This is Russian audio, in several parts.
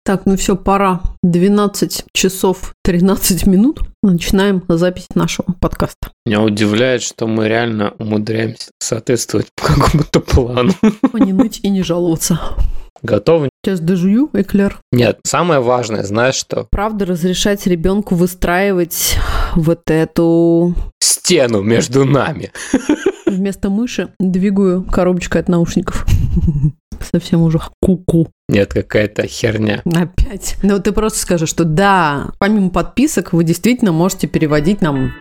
Так, ну все, пора. 12 часов 13 минут. Начинаем запись нашего подкаста. Меня удивляет, что мы реально умудряемся соответствовать по какому-то плану. Не ныть и не жаловаться. Готовы? Сейчас дожую эклер. Нет, самое важное, знаешь что? Правда, разрешать ребенку выстраивать вот эту... стену между нами. Вместо мыши двигаю коробочкой от наушников. Совсем уже ку-ку. Нет, какая-то херня. Опять. Ну, ты просто скажи, что да, помимо подписок, вы действительно можете переводить нам...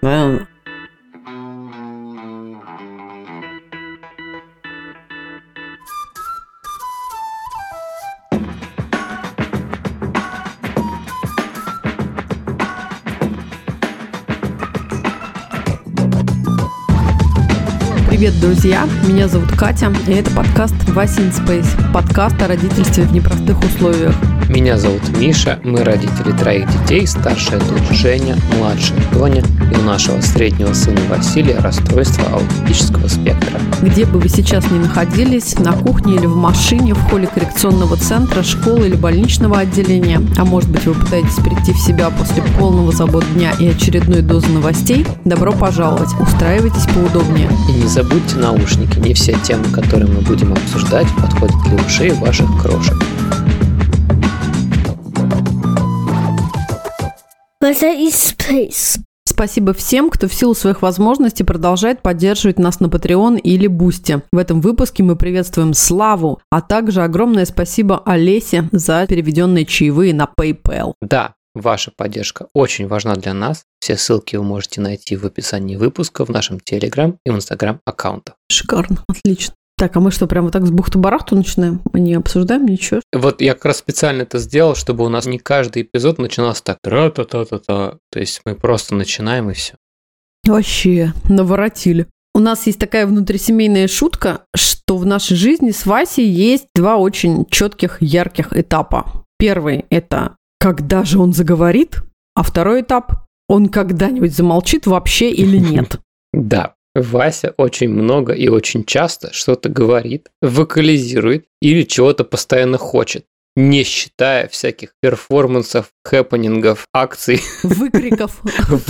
Привет, друзья! Меня зовут Катя, и это подкаст «Вася in Space», подкаст о родительстве в непростых условиях. Меня зовут Миша, мы родители 3 детей, старшая дочь Женя, младшая Тоня, и у нашего среднего сына Василия расстройство аутистического спектра. Где бы вы сейчас ни находились, на кухне или в машине, в холле коррекционного центра, школы или больничного отделения, а может быть вы пытаетесь прийти в себя после полного забот дня и очередной дозы новостей, добро пожаловать, устраивайтесь поудобнее. И не забудьте наушники, не все темы, которые мы будем обсуждать, подходят для ушей ваших крошек. Вася in Space. Спасибо всем, кто в силу своих возможностей продолжает поддерживать нас на Patreon или Бусти. В этом выпуске мы приветствуем Славу, а также огромное спасибо Олесе за переведенные чаевые на PayPal. Да, ваша поддержка очень важна для нас. Все ссылки вы можете найти в описании выпуска, в нашем Telegram и в Instagram аккаунтах. Шикарно, отлично. Так, а мы что, прямо вот так с бухты-барахту начинаем? Мы не обсуждаем ничего? Вот я как раз специально это сделал, чтобы у нас не каждый эпизод начинался так тра-та-та-та-та. То есть мы просто начинаем и все. Вообще, наворотили. У нас есть такая внутрисемейная шутка, что в нашей жизни с Васей есть два очень четких, ярких этапа. Первый – это когда же он заговорит, а второй этап – он когда-нибудь замолчит вообще или нет. Да. Вася очень много и очень часто что-то говорит, вокализирует или чего-то постоянно хочет, не считая всяких перформансов, хэппенингов, акций, выкриков,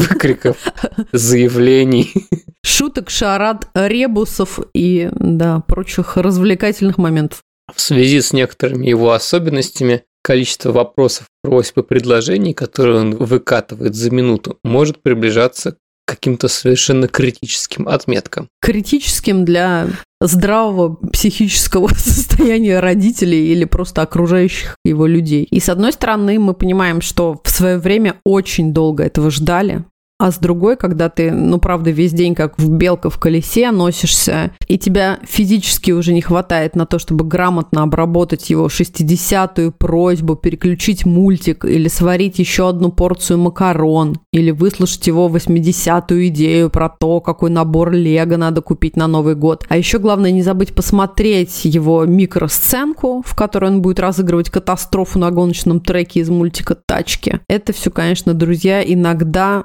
заявлений, шуток, шарад, ребусов и, да, прочих развлекательных моментов. В связи с некоторыми его особенностями, количество вопросов, просьб и предложений, которые он выкатывает за минуту, может приближаться к каким-то совершенно критическим отметкам. Критическим для здравого психического состояния родителей или просто окружающих его людей. И с одной стороны, мы понимаем, что в свое время очень долго этого ждали, а с другой, когда ты, правда, весь день как белка в колесе носишься, и тебя физически уже не хватает на то, чтобы грамотно обработать его 60-ю просьбу, переключить мультик или сварить еще одну порцию макарон, или выслушать его 80-ю идею про то, какой набор лего надо купить на Новый год. А еще главное не забыть посмотреть его микросценку, в которой он будет разыгрывать катастрофу на гоночном треке из мультика «Тачки». Это все, конечно, друзья, иногда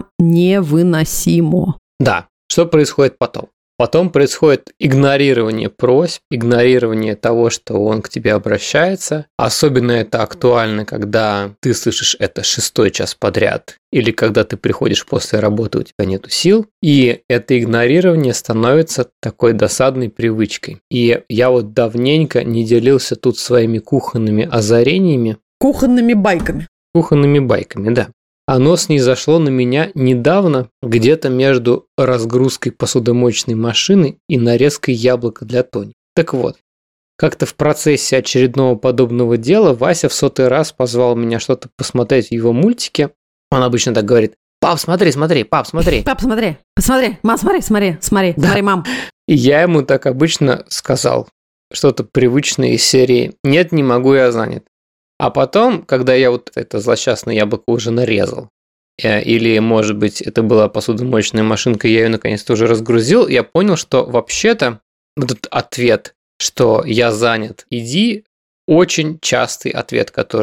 невыносимо. Да, что происходит потом? Потом происходит игнорирование просьб, игнорирование того, что он к тебе обращается. Особенно это актуально, когда ты слышишь это 6-й час подряд, или когда ты приходишь после работы, у тебя нету сил. И это игнорирование становится такой досадной привычкой. И я вот давненько не делился тут своими кухонными озарениями. Кухонными байками. Кухонными байками, да. Оно снизошло на меня недавно, где-то между разгрузкой посудомоечной машины и нарезкой яблока для Тони. Так вот, как-то в процессе очередного подобного дела Вася в 100-й раз позвал меня что-то посмотреть в его мультике. Он обычно так говорит: «Пап, смотри, пап, смотри». «Пап, смотри, мам, смотри, мам». И я ему так обычно сказал что-то привычное из серии «Нет, не могу, я занят». А потом, когда я вот это злосчастное яблоко уже нарезал, или, может быть, это была посудомоечная машинка, я ее наконец-то уже разгрузил, я понял, что вообще-то этот ответ, что я занят, иди, очень частый ответ, который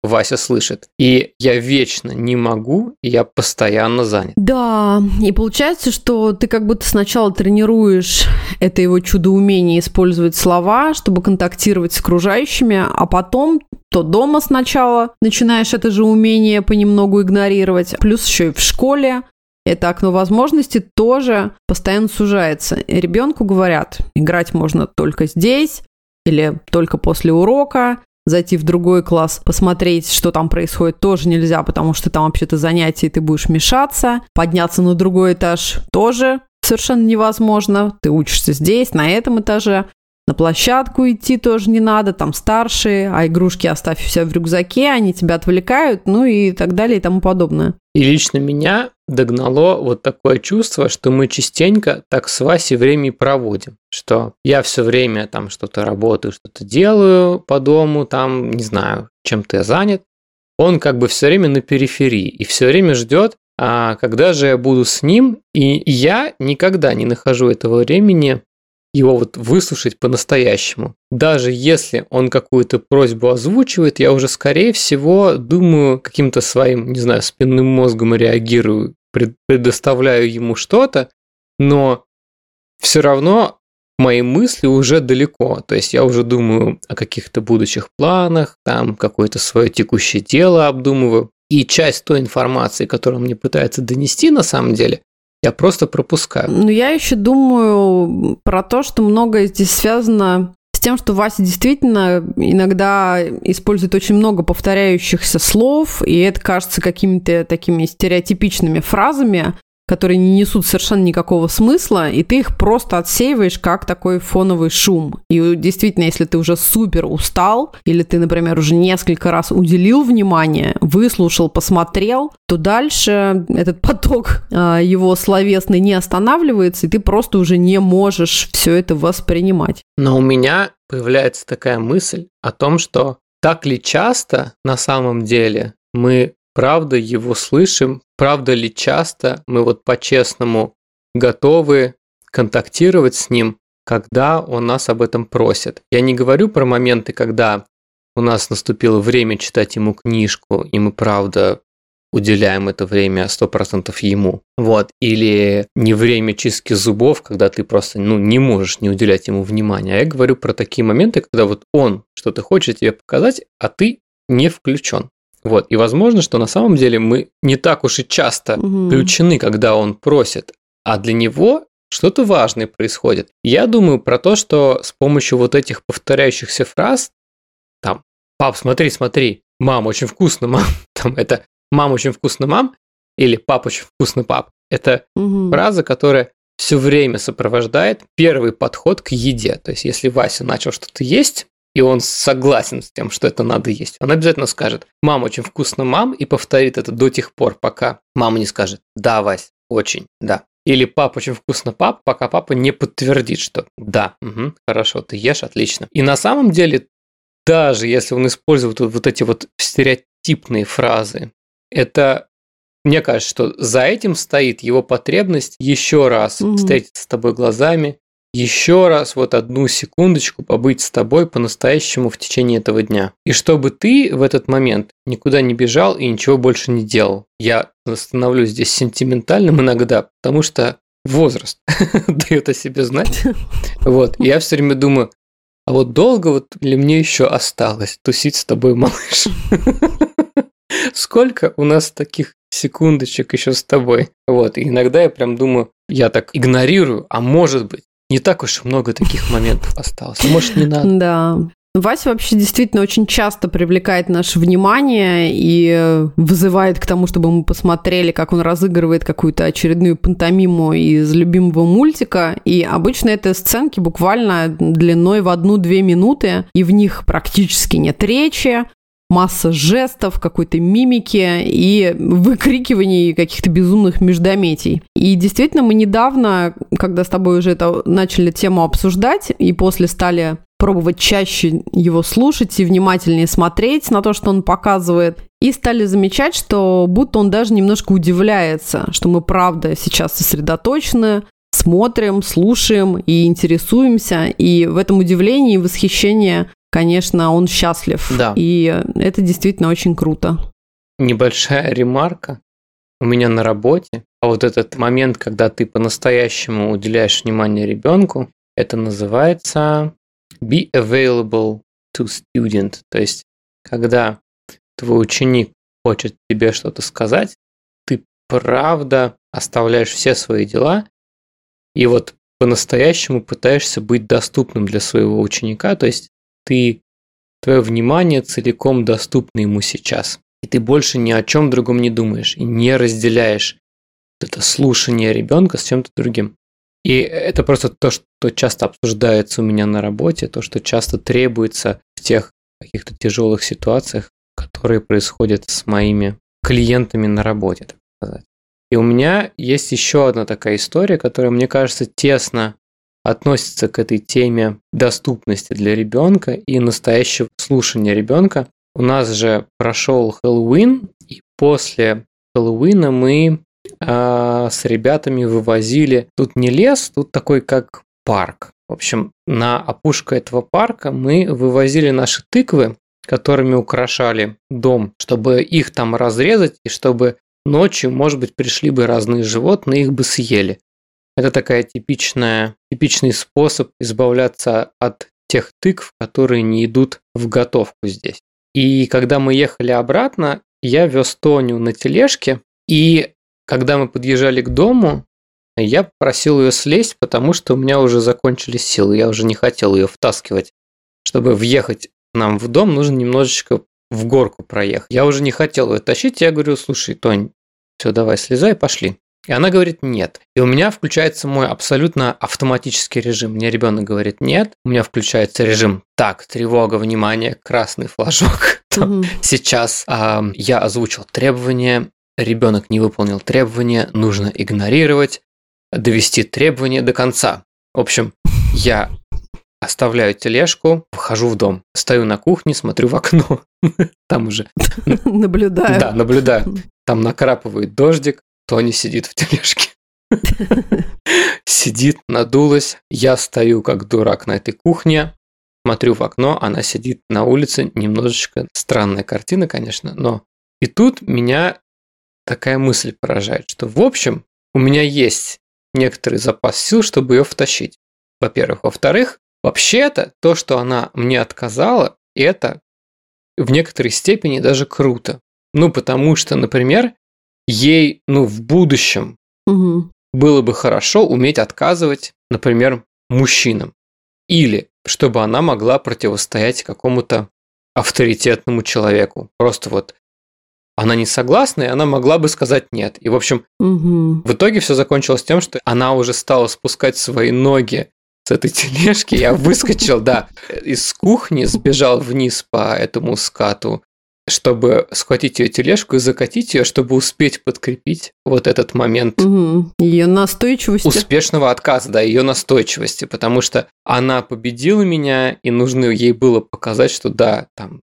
Вася слышит. И я вечно не могу, и я постоянно занят. Да, и получается, что ты как будто сначала тренируешь это его чудо-умение использовать слова, чтобы контактировать с окружающими, а потом то дома сначала начинаешь это же умение понемногу игнорировать, плюс еще и в школе. Это окно возможностей тоже постоянно сужается. И ребенку говорят, играть можно только здесь или только после урока. Зайти в другой класс, посмотреть, что там происходит, тоже нельзя, потому что там вообще-то занятия, и ты будешь мешаться. Подняться на другой этаж тоже совершенно невозможно. Ты учишься здесь, на этом этаже. На площадку идти тоже не надо, там старшие, а игрушки оставь у себя в рюкзаке, они тебя отвлекают, ну и так далее и тому подобное. И лично меня догнало вот такое чувство, что мы частенько так с Васей время и проводим, что я все время там что-то работаю, что-то делаю по дому, там, не знаю, чем-то я занят. Он как бы все время на периферии и все время ждет, когда же я буду с ним, и я никогда не нахожу этого времени его вот выслушать по-настоящему. Даже если он какую-то просьбу озвучивает, я уже, скорее всего, думаю, каким-то своим, не знаю, спинным мозгом реагирую, предоставляю ему что-то, но все равно мои мысли уже далеко. То есть я уже думаю о каких-то будущих планах, там какое-то свое текущее дело обдумываю. И часть той информации, которую он мне пытается донести на самом деле, я просто пропускаю. Но я еще думаю про то, что многое здесь связано с тем, что Вася действительно иногда использует очень много повторяющихся слов, и это кажется какими-то такими стереотипичными фразами, которые не несут совершенно никакого смысла, и ты их просто отсеиваешь как такой фоновый шум. И действительно, если ты уже супер устал, или ты, например, уже несколько раз уделил внимание, выслушал, посмотрел, то дальше этот поток его словесный не останавливается, и ты просто уже не можешь все это воспринимать. Но у меня появляется такая мысль о том, что так ли часто на самом деле мы правда его слышим, правда ли часто мы вот по-честному готовы контактировать с ним, когда он нас об этом просит. Я не говорю про моменты, когда у нас наступило время читать ему книжку, и мы правда уделяем это время 100% ему. Вот. Или не время чистки зубов, когда ты просто не можешь не уделять ему внимания. А я говорю про такие моменты, когда вот он что-то хочет тебе показать, а ты не включен. Вот. И возможно, что на самом деле мы не так уж и часто включены, когда он просит, а для него что-то важное происходит. Я думаю про то, что с помощью вот этих повторяющихся фраз, там, пап, смотри, мам, очень вкусно, мам, там, это мам, очень вкусно, мам, или пап, очень вкусно, пап, это фраза, которая все время сопровождает первый подход к еде. То есть, если Вася начал что-то есть, и он согласен с тем, что это надо есть, он обязательно скажет: «Мам, очень вкусно, мам», и повторит это до тех пор, пока мама не скажет: «Да, Вась, очень, да». Или «Пап, очень вкусно, пап», пока папа не подтвердит, что «Да, хорошо, ты ешь, отлично». И на самом деле, даже если он использует вот эти вот стереотипные фразы, это, мне кажется, что за этим стоит его потребность еще раз встретиться с тобой глазами, еще раз вот одну секундочку побыть с тобой по-настоящему в течение этого дня. И чтобы ты в этот момент никуда не бежал и ничего больше не делал. Я становлюсь здесь сентиментальным иногда, потому что возраст дает о себе знать. Вот. И я все время думаю, а вот долго вот ли мне еще осталось тусить с тобой, малыш? Сколько у нас таких секундочек еще с тобой? Вот. И иногда я прям думаю, я так игнорирую, а может быть, не так уж и много таких моментов осталось. Может, не надо. Да. Вася вообще действительно очень часто привлекает наше внимание и вызывает к тому, чтобы мы посмотрели, как он разыгрывает какую-то очередную пантомиму из любимого мультика. И обычно это сценки буквально длиной в 1-2 минуты, и в них практически нет речи, масса жестов, какой-то мимики и выкрикиваний каких-то безумных междометий. И действительно, мы недавно, когда с тобой уже начали тему обсуждать, и после стали пробовать чаще его слушать и внимательнее смотреть на то, что он показывает, и стали замечать, что будто он даже немножко удивляется, что мы правда сейчас сосредоточены, смотрим, слушаем и интересуемся, и в этом удивлении и восхищении конечно, он счастлив. Да. И это действительно очень круто. Небольшая ремарка у меня на работе. А вот этот момент, когда ты по-настоящему уделяешь внимание ребенку, это называется be available to student. То есть, когда твой ученик хочет тебе что-то сказать, ты правда оставляешь все свои дела и вот по-настоящему пытаешься быть доступным для своего ученика. То есть, твое внимание целиком доступно ему сейчас. И ты больше ни о чем другом не думаешь и не разделяешь это слушание ребенка с чем-то другим. И это просто то, что часто обсуждается у меня на работе, то, что часто требуется в тех каких-то тяжелых ситуациях, которые происходят с моими клиентами на работе, так сказать. И у меня есть еще одна такая история, которая, мне кажется, тесно относится к этой теме доступности для ребенка и настоящего слушания ребенка. У нас же прошел Хэллоуин, и после Хэллоуина мы с ребятами вывозили, тут не лес, тут такой как парк. В общем, на опушку этого парка мы вывозили наши тыквы, которыми украшали дом, чтобы их там разрезать, и чтобы ночью, может быть, пришли бы разные животные, их бы съели. Это такая типичный способ избавляться от тех тыкв, которые не идут в готовку здесь. И когда мы ехали обратно, я вез Тоню на тележке, и когда мы подъезжали к дому, я попросил ее слезть, потому что у меня уже закончились силы, я уже не хотел ее втаскивать. Чтобы въехать к нам в дом, нужно немножечко в горку проехать. Я уже не хотел ее тащить, я говорю: слушай, Тонь, все, давай, слезай, пошли. И она говорит: нет. И у меня включается мой абсолютно автоматический режим. Мне ребенок говорит: нет. У меня включается режим: так, тревога, внимание, красный флажок. Сейчас я озвучил требования, ребенок не выполнил требования, нужно игнорировать, довести требования до конца. В общем, я оставляю тележку, вхожу в дом, стою на кухне, смотрю в окно. Там уже... Наблюдаю. Да, наблюдаю. Там накрапывает дождик, Тони сидит в тележке. Сидит, надулась. Я стою как дурак на этой кухне, смотрю в окно, она сидит на улице. Немножечко странная картина, конечно, но... И тут меня такая мысль поражает, что, в общем, у меня есть некоторый запас сил, чтобы ее втащить. Во-первых. Во-вторых, вообще-то, то, что она мне отказала, это в некоторой степени даже круто. Ну, потому что, например, ей, в будущем было бы хорошо уметь отказывать, например, мужчинам. Или чтобы она могла противостоять какому-то авторитетному человеку. Просто вот она не согласна, и она могла бы сказать нет. И, в общем, в итоге все закончилось тем, что она уже стала спускать свои ноги с этой тележки. Я выскочил, из кухни, сбежал вниз по этому скату, чтобы схватить ее тележку и закатить ее, чтобы успеть подкрепить вот этот момент. Ее настойчивости. Успешного отказа, ее настойчивости, потому что она победила меня, и нужно ей было показать, что да,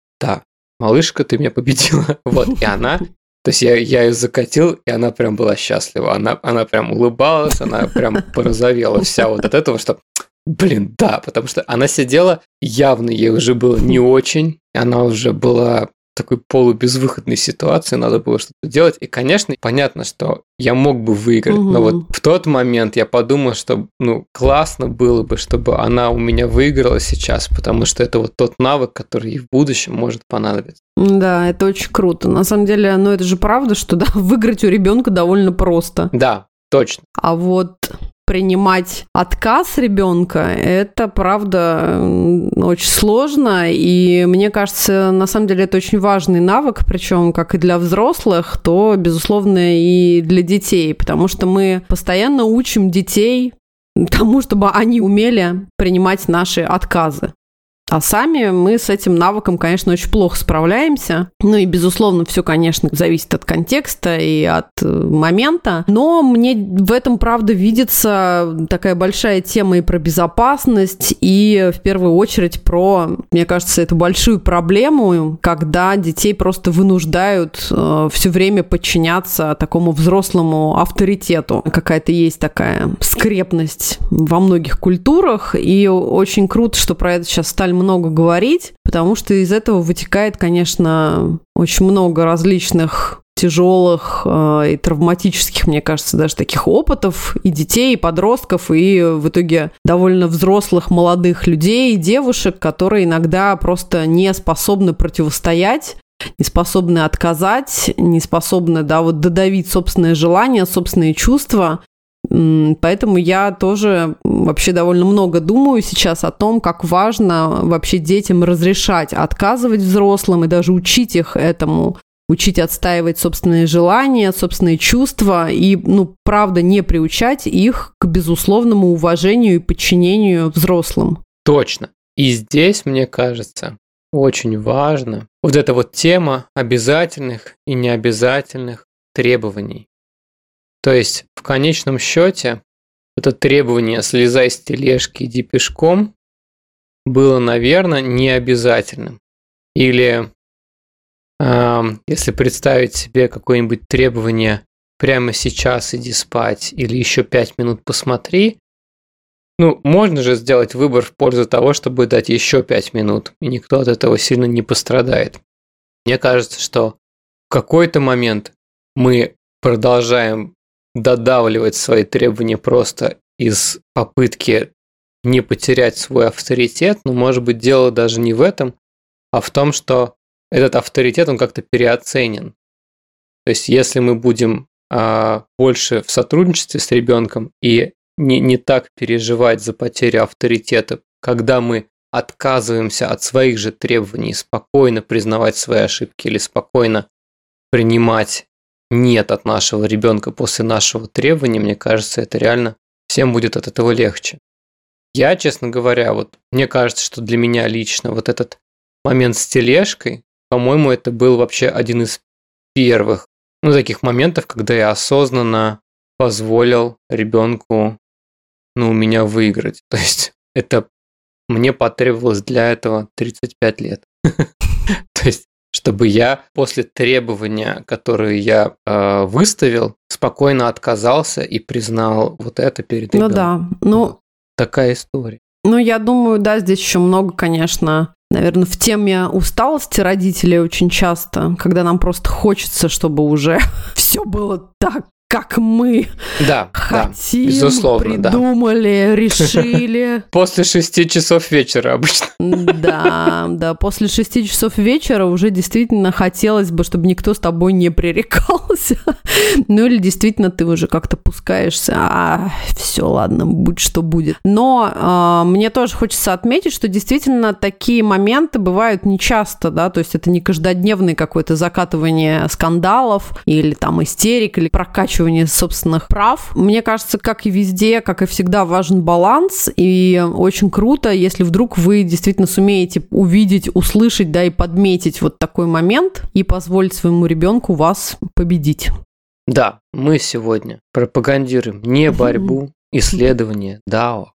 малышка, ты меня победила. Вот, и она... То есть я ее закатил, и она прям была счастлива. Она прям улыбалась, она прям порозовела вся вот от этого, что... потому что она сидела, явно ей уже было не очень, она уже была в такой полубезвыходной ситуации, надо было что-то делать. И, конечно, понятно, что я мог бы выиграть, но вот в тот момент я подумал, что, классно было бы, чтобы она у меня выиграла сейчас, потому что это вот тот навык, который ей в будущем может понадобиться. Да, это очень круто. На самом деле, это же правда, что выиграть у ребенка довольно просто. Да, точно. А вот принимать отказ ребенка, это, правда, очень сложно, и мне кажется, на самом деле это очень важный навык, причем как и для взрослых, то, безусловно, и для детей, потому что мы постоянно учим детей тому, чтобы они умели принимать наши отказы. А сами мы с этим навыком, конечно, очень плохо справляемся. И, безусловно, все, конечно, зависит от контекста и от момента. Но мне в этом, правда, видится такая большая тема и про безопасность, и в первую очередь про, мне кажется, эту большую проблему, когда детей просто вынуждают все время подчиняться такому взрослому авторитету. Какая-то есть такая скрепность во многих культурах, и очень круто, что про это сейчас стали стали много говорить, потому что из этого вытекает, конечно, очень много различных тяжелых и травматических, мне кажется, даже таких опытов и детей, и подростков, и в итоге довольно взрослых молодых людей, девушек, которые иногда просто не способны противостоять, не способны отказать, не способны, да, вот додавить собственные желания, собственные чувства. Поэтому я тоже вообще довольно много думаю сейчас о том, как важно вообще детям разрешать отказывать взрослым и даже учить их этому, учить отстаивать собственные желания, собственные чувства и, правда, не приучать их к безусловному уважению и подчинению взрослым. Точно. И здесь, мне кажется, очень важно вот эта вот тема обязательных и необязательных требований. То есть, в конечном счете, это требование «слезай с тележки, иди пешком» было, наверное, необязательным. Или если представить себе какое-нибудь требование «прямо сейчас иди спать» или «еще 5 минут посмотри», можно же сделать выбор в пользу того, чтобы дать еще 5 минут, и никто от этого сильно не пострадает. Мне кажется, что в какой-то момент мы продолжаем додавливать свои требования просто из попытки не потерять свой авторитет, но, может быть, дело даже не в этом, а в том, что этот авторитет, он как-то переоценен. То есть, если мы будем больше в сотрудничестве с ребенком и не так переживать за потерю авторитета, когда мы отказываемся от своих же требований, спокойно признавать свои ошибки или спокойно принимать «нет» от нашего ребенка после нашего требования, мне кажется, это реально всем будет от этого легче. Я, честно говоря, мне кажется, что для меня лично вот этот момент с тележкой, по-моему, это был вообще один из первых, таких моментов, когда я осознанно позволил ребенку, меня выиграть. То есть, это мне потребовалось для этого 35 лет. То есть, чтобы я после требования, которое я выставил, спокойно отказался и признал вот это перед ребенком. Такая история. Я думаю, да, здесь еще много, конечно, наверное, в теме усталости родителей очень часто, когда нам просто хочется, чтобы уже все было так, как мы хотим, безусловно, придумали, решили. После 6 часов вечера обычно. Да, после 6 часов вечера уже действительно хотелось бы, чтобы никто с тобой не пререкался. Или действительно ты уже как-то пускаешься, все, ладно, будь что будет. Но мне тоже хочется отметить, что действительно такие моменты бывают нечасто, да, то есть это не каждодневное какое-то закатывание скандалов или там истерик, или прокачивание собственных прав. Мне кажется, как и везде, как и всегда, важен баланс, и очень круто, если вдруг вы действительно сумеете увидеть, услышать, да, и подметить вот такой момент и позволить своему ребенку вас победить. Да, мы сегодня пропагандируем не борьбу, исследование дао.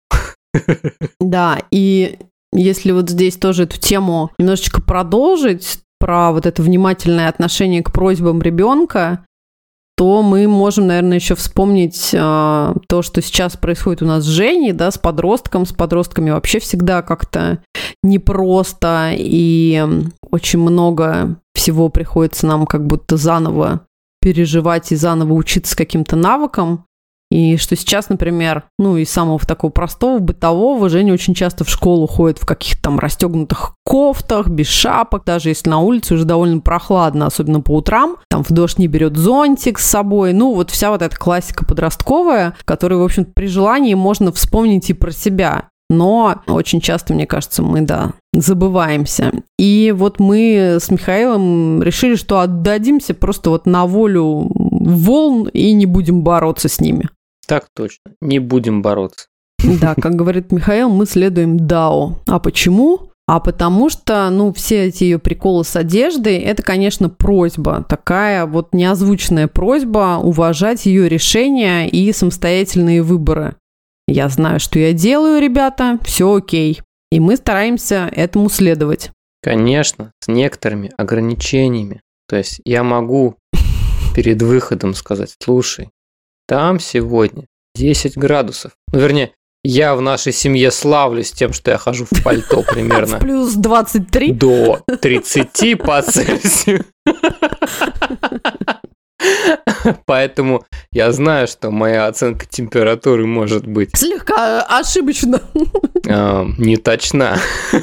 Да, и если вот здесь тоже эту тему немножечко продолжить, про вот это внимательное отношение к просьбам ребенка, то мы можем, наверное, еще вспомнить то, что сейчас происходит у нас с Женей, да, с подростком. С подростками вообще всегда как-то непросто, и очень много всего приходится нам как будто заново переживать и заново учиться каким-то навыкам. И что сейчас, например, из самого такого простого, бытового, Женя очень часто в школу ходит в каких-то там расстегнутых кофтах, без шапок, даже если на улице уже довольно прохладно, особенно по утрам, там в дождь не берет зонтик с собой, вся вот эта классика подростковая, которую, в общем-то, при желании можно вспомнить и про себя. Но очень часто, мне кажется, мы, забываемся. И вот мы с Михаилом решили, что отдадимся просто вот на волю волн и не будем бороться с ними. Так точно, не будем бороться. Да, как говорит Михаил, мы следуем дао. А почему? А потому что, все эти ее приколы с одеждой, это, конечно, просьба. Такая вот неозвученная просьба уважать ее решения и самостоятельные выборы. Я знаю, что я делаю, ребята, все окей. И мы стараемся этому следовать. Конечно, с некоторыми ограничениями. То есть я могу перед выходом сказать: слушай, там сегодня 10 градусов. Вернее, Я в нашей семье славлюсь тем, что я хожу в пальто примерно. Плюс 23? До 30 по Цельсию. Поэтому я знаю, что моя оценка температуры может быть... Слегка ошибочно. Не точна.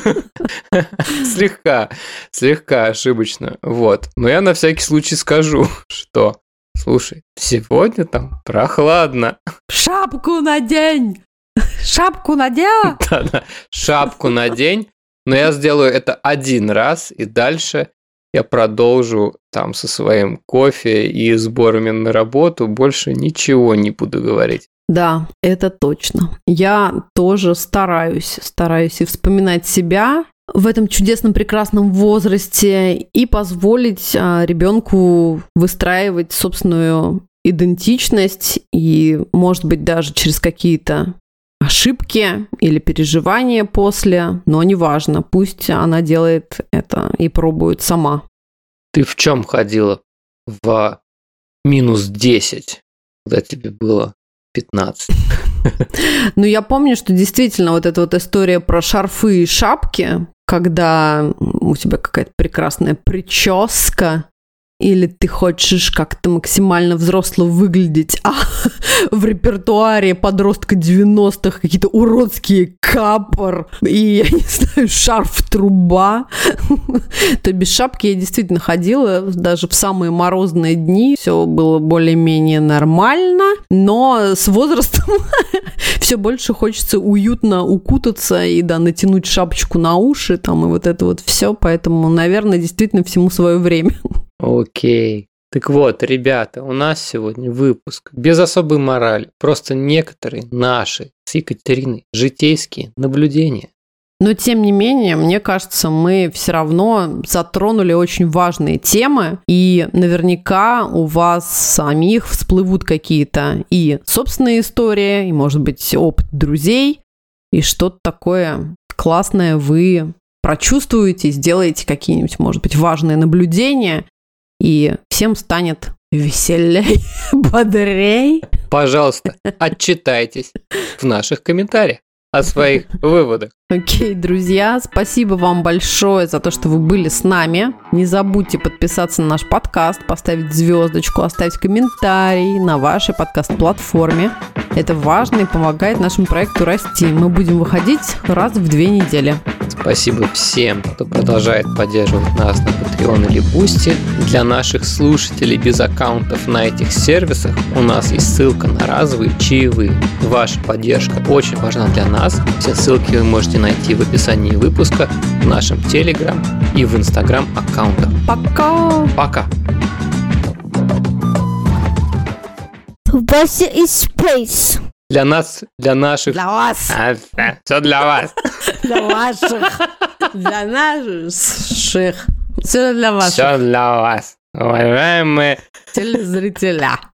Слегка ошибочно. Вот. Но я на всякий случай скажу, что, слушай, сегодня там прохладно. Шапку надень! Шапку надень! Да-да, шапку надень. Но я сделаю это один раз, и дальше я продолжу там со своим кофе и сборами на работу. Больше ничего не буду говорить. Да, это точно. Я тоже стараюсь и вспоминать себя в этом чудесном, прекрасном возрасте и позволить ребенку выстраивать собственную идентичность и, может быть, даже через какие-то ошибки или переживания после, но неважно, пусть она делает это и пробует сама. Ты в чем ходила в минус 10, когда тебе было 15? Ну, я помню, что действительно вот эта вот история про шарфы и шапки, когда у тебя какая-то прекрасная прическа, или ты хочешь как-то максимально взросло выглядеть, а в репертуаре подростка 90-х какие-то уродские капор и, я не знаю, шарф-труба. То без шапки я действительно ходила даже в самые морозные дни. Все было более-менее нормально, но с возрастом все больше хочется уютно укутаться и, да, натянуть шапочку на уши, там, и вот это вот все. Поэтому, наверное, действительно всему свое время. Окей. Так вот, ребята, у нас сегодня выпуск без особой морали, просто некоторые наши с Екатериной житейские наблюдения. Но, тем не менее, мне кажется, мы все равно затронули очень важные темы, и наверняка у вас самих всплывут какие-то и собственные истории, и, может быть, опыт друзей, и что-то такое классное вы прочувствуете, сделаете какие-нибудь, может быть, важные наблюдения, и всем станет веселей, бодрей. Пожалуйста, отчитайтесь в наших комментариях о своих выводах. Окей, друзья, спасибо вам большое за то, что вы были с нами. Не забудьте подписаться на наш подкаст, поставить звездочку, оставить комментарий на вашей подкаст-платформе. Это важно и помогает нашему проекту расти. Мы будем выходить раз в 2 недели. Спасибо всем, кто продолжает поддерживать нас на Patreon или Boosty. Для наших слушателей без аккаунтов на этих сервисах у нас есть ссылка на разовые чаевые. Ваша поддержка очень важна для нас. Все ссылки вы можете найти в описании выпуска, в нашем Telegram и в Instagram аккаунтах. Пока! Пока! What is space? Для нас, для наших... Для вас! Все для вас! Для ваших! Для наших! Все для вас! Все для вас! Уважаемые... Телезрителя!